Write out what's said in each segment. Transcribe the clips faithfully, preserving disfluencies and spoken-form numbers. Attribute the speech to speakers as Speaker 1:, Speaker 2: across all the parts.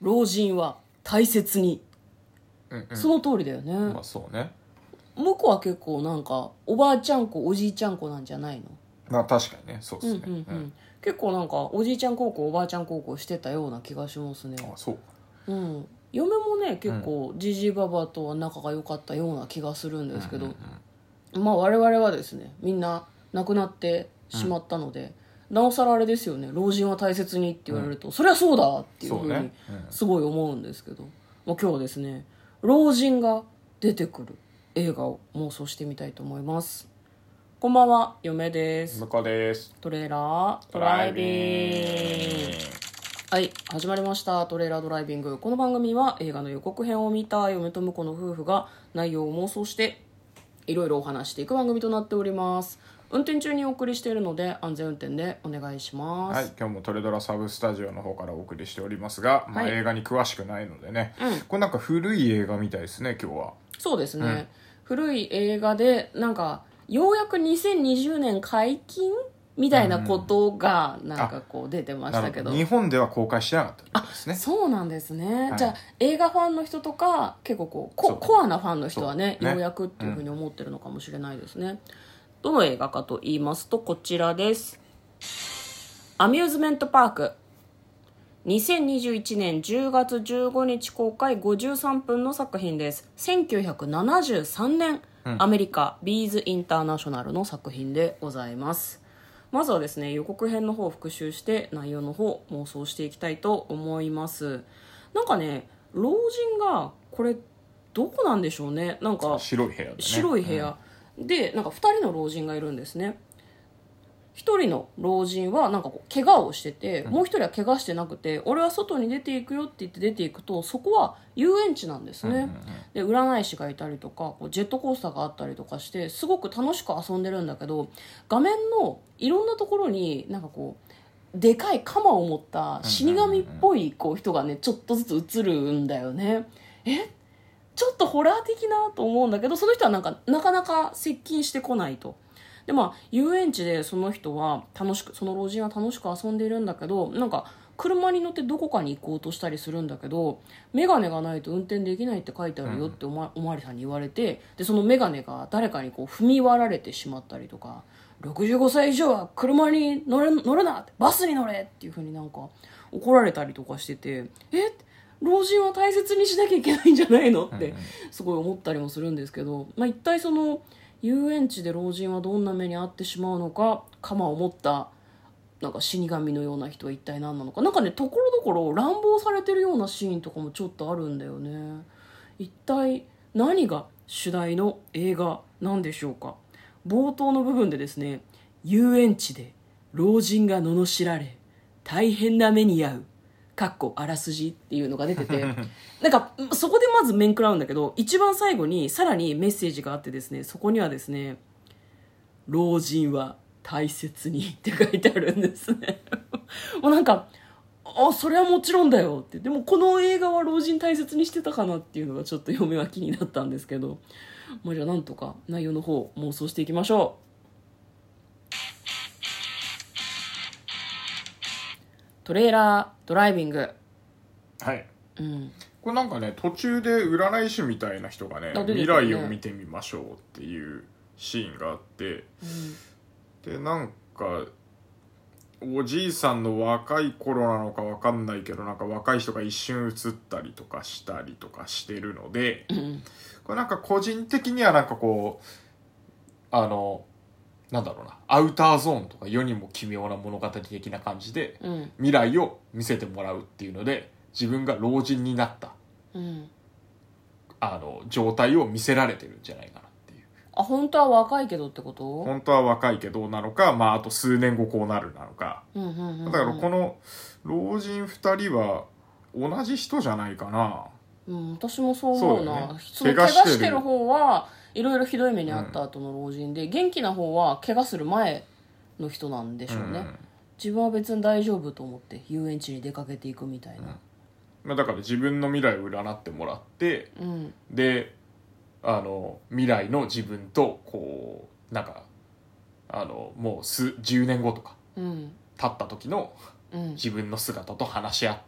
Speaker 1: 老人は大切に、
Speaker 2: うんうん、
Speaker 1: その通りだよね。
Speaker 2: まあそうね。
Speaker 1: 向こうは結構なんかおばあちゃん子おじいちゃん子なんじゃないの？
Speaker 2: まあ確かにね、そうですね、
Speaker 1: うんうんうん、
Speaker 2: うん、
Speaker 1: 結構なんかおじいちゃん孝行おばあちゃん孝行してたような気がしますね。
Speaker 2: あ、そう、
Speaker 1: うん、嫁もね結構じじいばばとは仲が良かったような気がするんですけど、
Speaker 2: うんうんうん、
Speaker 1: まあ我々はですねみんな亡くなってしまったので、うん、なおさらあれですよね、老人は大切にって言われると、うん、そりゃそうだっていうふうにすごい思うんですけど、もう今日はですね老人が出てくる映画を妄想してみたいと思います。こんばんは、嫁です。
Speaker 2: 向こうです。
Speaker 1: トレーラードライビング。はい、始まりましたトレーラードライビング。この番組は映画の予告編を見た嫁と婿の夫婦が内容を妄想していろいろお話していく番組となっております。運転中にお送りしているので安全運転でお願いします。
Speaker 2: はい、今日もトレドラサブスタジオの方からお送りしておりますが、まあ、映画に詳しくないのでね、うん、これなんか古い映画みたいですね今日は。
Speaker 1: そうですね、うん、古い映画でなんかようやくにせんにじゅうねん解禁みたいなことがなんかこう出てましたけど、
Speaker 2: うん、日本では公開してなかったんですね。
Speaker 1: あ、そうなんですね、はい、じゃあ映画ファンの人とか結構こう コ, コアなファンの人は ね, ねようやくっていうふうに思ってるのかもしれないですね、うん、どの映画かと言いますとこちらです。アミューズメントパーク、にせんにじゅういちねんじゅうがつじゅうごにち公開ごじゅうさんぷんの作品です。せんきゅうひゃくななじゅうさんねん、うん、アメリカビーズインターナショナルの作品でございます。まずはですね予告編の方を復習して内容の方妄想していきたいと思います。なんかね老人がこれどこなんでしょうね、なんか
Speaker 2: 白い部屋でね、
Speaker 1: 白い部屋、うん、でなんかふたりの老人がいるんですね。一人の老人はなんかこう怪我をしてて、うん、もう一人は怪我してなくて、俺は外に出ていくよって言って出ていくと、そこは遊園地なんですね、うんうんうん、で占い師がいたりとかこうジェットコースターがあったりとかしてすごく楽しく遊んでるんだけど、画面のいろんなところになんかこうでかい鎌を持った死神っぽいこう人がねちょっとずつ映るんだよね。えちょっとホラー的なと思うんだけど、その人はなんかなかなか接近してこないと。でまあ遊園地でその人は楽しくその老人は楽しく遊んでいるんだけど、なんか車に乗ってどこかに行こうとしたりするんだけど、メガネがないと運転できないって書いてあるよっておまおまわりさんに言われて、でそのメガネが誰かにこう踏み割られてしまったりとか、ろくじゅうごさい以上は車に乗れ乗るなって、バスに乗れっていう風になんか怒られたりとかしてて、え老人は大切にしなきゃいけないんじゃないのってすごい思ったりもするんですけど、まあ、一体その遊園地で老人はどんな目に遭ってしまうのか、鎌を持ったなんか死神のような人は一体何なのか、なんかねところどころ乱暴されてるようなシーンとかもちょっとあるんだよね。一体何が主題の映画なんでしょうか。冒頭の部分でですね、遊園地で老人が罵られ大変な目に遭うかっこあらすじっていうのが出ててなんかそこでまず面食らうんだけど、一番最後にさらにメッセージがあってですね、そこにはですね、老人は大切にって書いてあるんですねもうなんかあそれはもちろんだよって、でもこの映画は老人大切にしてたかなっていうのがちょっと嫁は気になったんですけど、まあ、じゃあなんとか内容の方妄想していきましょう。トレーラードライビング。
Speaker 2: はい、
Speaker 1: うん、
Speaker 2: これなんかね途中で占い師みたいな人が ね, ね未来を見てみましょうっていうシーンがあって、うん、でなんかおじいさんの若い頃なのか分かんないけど、なんか若い人が一瞬映ったりとかしたりとかしてるので、うん、これなんか個人的にはなんかこうあのなんだろうな、アウターゾーンとか世にも奇妙な物語的な感じで、うん、未来を見せてもらうっていうので自分が老人になった、うん、あの状態を見せられてるんじゃないかなっていう。
Speaker 1: あ、本当は若いけどってこと？
Speaker 2: 本当は若いけどなのか、まああと数年後こうなるなのか、うんうんうんうん、だからこの老人ふたりは同じ人じゃないかな。
Speaker 1: うん、私もそう思うな。そう、ね、その怪我してる方はいろいろひどい目に遭った後の老人で、うん、元気な方は怪我する前の人なんでしょうね、うん、自分は別に大丈夫と思って遊園地に出かけていくみたいな、うん、
Speaker 2: まあ、だから自分の未来を占ってもらって、うん、であの未来の自分とこうなんかあのもう数じゅうねんごとか、うん、経った時の自分の姿と話し合って、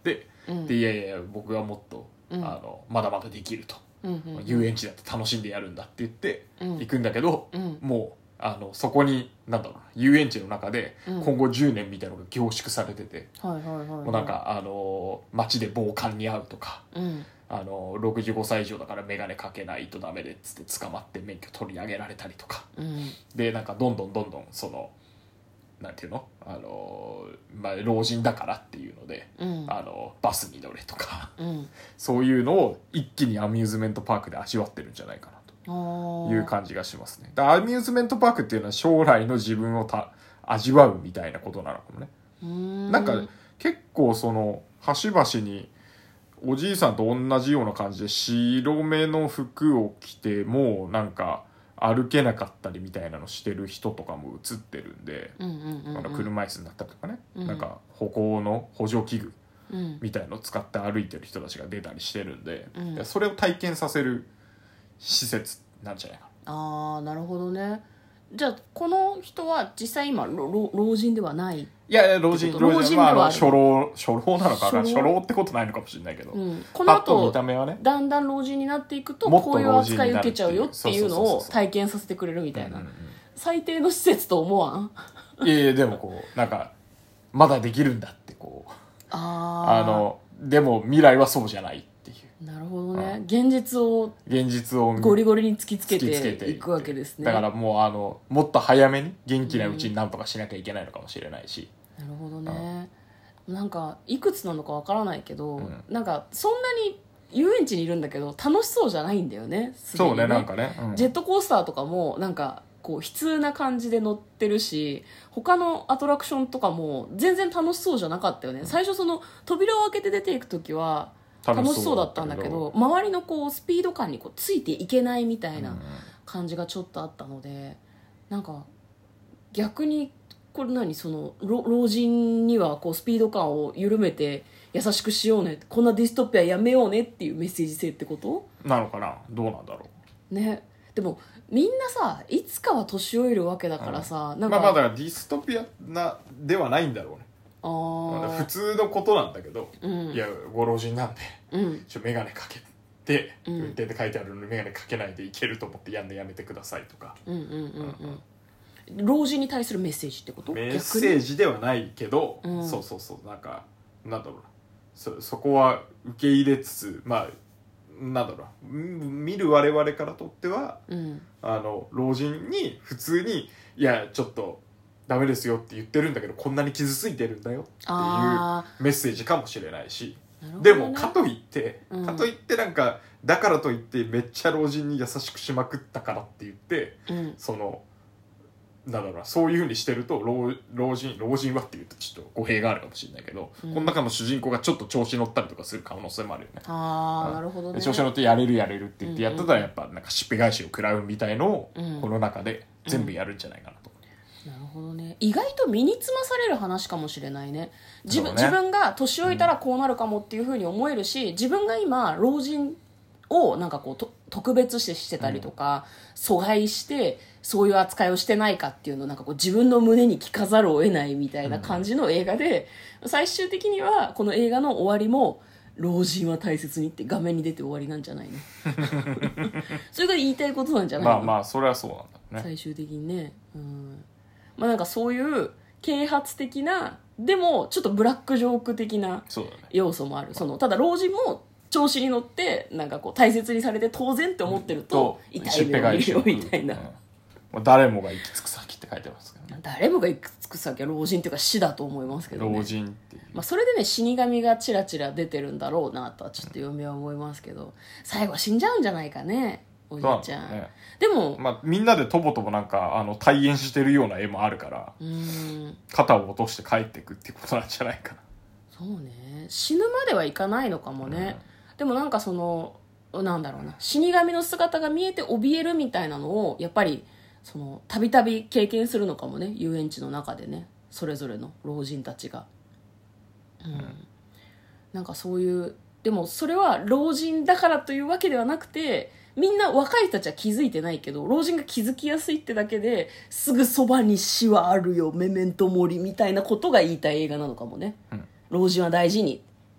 Speaker 1: うん、
Speaker 2: でいやいや僕はもっと、
Speaker 1: うん、
Speaker 2: あのまだまだできると、
Speaker 1: うんうんうん、
Speaker 2: 遊園地だって楽しんでやるんだって言って行くんだけど、
Speaker 1: うん、
Speaker 2: もうあのそこになんだろうな遊園地の中で今後じゅうねんみたいなのが凝縮されてて、
Speaker 1: はいはいはいはい、
Speaker 2: もうなんかあの街で暴漢に会うとか、
Speaker 1: うん、
Speaker 2: あのろくじゅうごさい以上だから眼鏡かけないとダメでっつって捕まって免許取り上げられたりとか、
Speaker 1: うん、
Speaker 2: でなんかどんどんどんどんそのなんていうの、あの、まあ、老人だからっていうので、
Speaker 1: うん、
Speaker 2: あのバスに乗れとか、
Speaker 1: うん、
Speaker 2: そういうのを一気にアミューズメントパークで味わってるんじゃないかなという感じがしますね。だからアミューズメントパークっていうのは将来の自分をた味わうみたいなことなのかもね。
Speaker 1: うーん、
Speaker 2: なんか結構その端々におじいさんと同じような感じで白目の服を着てもうなんか歩けなかったりみたいなのしてる人とかも映ってるんで、
Speaker 1: うんうんうんうん、
Speaker 2: 車椅子になったりとかね、
Speaker 1: うん、
Speaker 2: なんか歩行の補助器具
Speaker 1: うん
Speaker 2: みたいのを使って歩いてる人たちが出たりしてるんで、
Speaker 1: うん、
Speaker 2: それを体験させる施設なんじゃないかな。
Speaker 1: ああなるほどね。じゃあこの人は実際今老老人ではない。
Speaker 2: いやいや老人
Speaker 1: 老人ではある、
Speaker 2: まあ、初老初老なのかな、
Speaker 1: 初老
Speaker 2: 初老ってことないのかもしれないけど、
Speaker 1: うん、この
Speaker 2: パッと
Speaker 1: 後
Speaker 2: 見た目はね
Speaker 1: だんだん老人になっていくと
Speaker 2: もっと
Speaker 1: こういう扱い受けちゃうよ
Speaker 2: 老人になるっていう
Speaker 1: っていうのを体験させてくれるみたいな、
Speaker 2: うんうんうん、
Speaker 1: 最低の施設と思わん？
Speaker 2: いやいやでもこうなんかまだできるんだってこう
Speaker 1: あ
Speaker 2: あのでも未来はそうじゃないっていう、
Speaker 1: なるほどね、
Speaker 2: うん、
Speaker 1: 現実を
Speaker 2: 現実を
Speaker 1: ゴリゴリに突きつけ
Speaker 2: 突きつけ
Speaker 1: ていくわけですね。
Speaker 2: だからもうあのもっと早めに元気なうちに何とかしなきゃいけないのかもしれないし、
Speaker 1: うん、なるほどね、うん、なんかいくつなのかわからないけど、うん、なんかそんなに遊園地にいるんだけど楽しそうじゃないんだよね。すでにね、
Speaker 2: そうねなんかね、うん、
Speaker 1: ジェットコースターとかもなんかこう悲痛な感じで乗ってるし、他のアトラクションとかも全然楽しそうじゃなかったよね。最初その扉を開けて出ていく時は楽しそうだったんだけど、周りのこうスピード感にこうついていけないみたいな感じがちょっとあったので、なんか逆にこれ何その老人にはこうスピード感を緩めて優しくしようね、こんなディストピアやめようねっていうメッセージ性ってこと
Speaker 2: なのかな。どうなんだろ
Speaker 1: うね。でもみんなさいつかは年老いるわけだからさ、うん、なんか
Speaker 2: まあまだディストピアなではないんだろうね。あ普通のことなんだけど、うん、いやご老人なんで、うん、ちょ眼鏡かけて、うん、運転で書いてあるのに眼鏡かけないでいけると思ってやんでやめてくださいとか、
Speaker 1: うんうんうんうん、老人に対するメッセージってこと？
Speaker 2: メッセージではないけど、うん、そうそうそうなんかなんだろうな そ, そこは受け入れつつまあなんだろう見る我々からとっては、うん、あの老人に普通にいやちょっとダメですよって言ってるんだけどこんなに傷ついてるんだよっていうメッセージかもしれないし、ね、でもかといって、うん、かといってなんかだからといってめっちゃ老人に優しくしまくったからって言って、うん、そのなんだろうなそういう風にしてると 老, 老人老人はっていうとちょっと語弊があるかもしれないけど、うん、この中の主人公がちょっと調子乗ったりとかする可能性もあるよね。
Speaker 1: ああ、うん、なるほどね。
Speaker 2: 調子乗ってやれるやれるって言ってやってたらやっぱなんかしっぺ返しを食らうみたいのをこの中で全部やるんじゃないかなと、
Speaker 1: うんうん、なるほどね。意外と身につまされる話かもしれないね。自分、ね、自分が年老いたらこうなるかもっていう風に思えるし、自分が今老人をなんかこうと特別視してたりとか、うん、阻害してそういう扱いをしてないかっていうのをなんかこう自分の胸に聞かざるを得ないみたいな感じの映画で、うん、最終的にはこの映画の終わりも老人は大切にって画面に出て終わりなんじゃないのそれが言いたいことなんじゃないの。
Speaker 2: まあまあそれはそうなんだね
Speaker 1: 最終的にね、うん、まあなんかそういう啓発的なでもちょっとブラックジョーク的な要素もある。そのただ老人も調子に乗ってなんかこう大切にされて当然って思ってると痛い目を見るよみたいな、
Speaker 2: うん、誰もが行き着く先って書いてますけどね。
Speaker 1: 誰もが行き着く先は老人っていうか死だと思いますけどね。
Speaker 2: 老人っていう、
Speaker 1: まあ、それでね死神がチラチラ出てるんだろうなとはちょっと嫁は思いますけど、最後は死んじゃうんじゃないかねおじいちゃん、ね、でも、
Speaker 2: まあ、みんなでとぼとぼなんかあの退演してるような絵もあるからうん肩を落として帰っていくっていうことなんじゃないかな。
Speaker 1: そうね死ぬまではいかないのかもね、うん、でもなんかそのなんだろうな死神の姿が見えて怯えるみたいなのをやっぱりそのたびたび経験するのかもね遊園地の中でねそれぞれの老人たちが、うんうん、なんかそういうでもそれは老人だからというわけではなくてみんな若い人たちは気づいてないけど老人が気づきやすいってだけですぐそばに死はあるよメメントモリみたいなことが言いたい映画なのかもね、うん、老人は大事に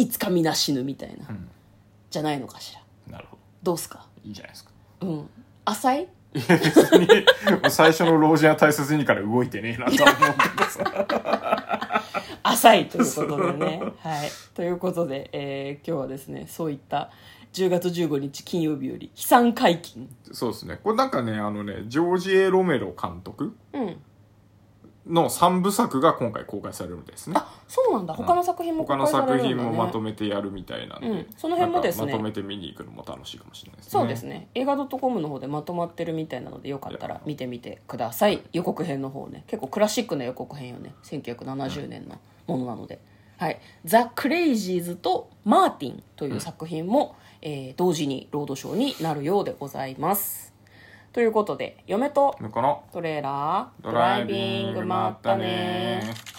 Speaker 1: いつかみんな死ぬみたいな、
Speaker 2: うん、
Speaker 1: じゃないのかしら。
Speaker 2: なるほど。
Speaker 1: どうすか。
Speaker 2: いいじゃないですか。
Speaker 1: うん。浅い。
Speaker 2: いや別に最初の老人は大切にから動いてねえなとは思うけどさ
Speaker 1: 浅いということでねはいということで、えー、今日はですねそういったじゅうがつじゅうごにち金曜日より悲惨解禁。
Speaker 2: そうですね。これなんかねあのねジョージ・エロメロ監督のさんぶさくが今回公開されるみたいですね。
Speaker 1: あ、そうなんだ。他の作品も公開されるんだ、ね、
Speaker 2: 他の作品もまとめてやるみたいなんで、
Speaker 1: うん、その辺もですね
Speaker 2: まとめて見に行くのも楽しいかもしれないですね。
Speaker 1: そうですね。映画 .com の方でまとまってるみたいなのでよかったら見てみてください。予告編の方ね、結構クラシックな予告編よね。せんきゅうひゃくななじゅうねんのものなので、うん、はい。ザ・クレイジーズとマーティンという作品も、うん、えー、同時にロードショーになるようでございます。ということで、嫁とトレーラードライビング、まったね。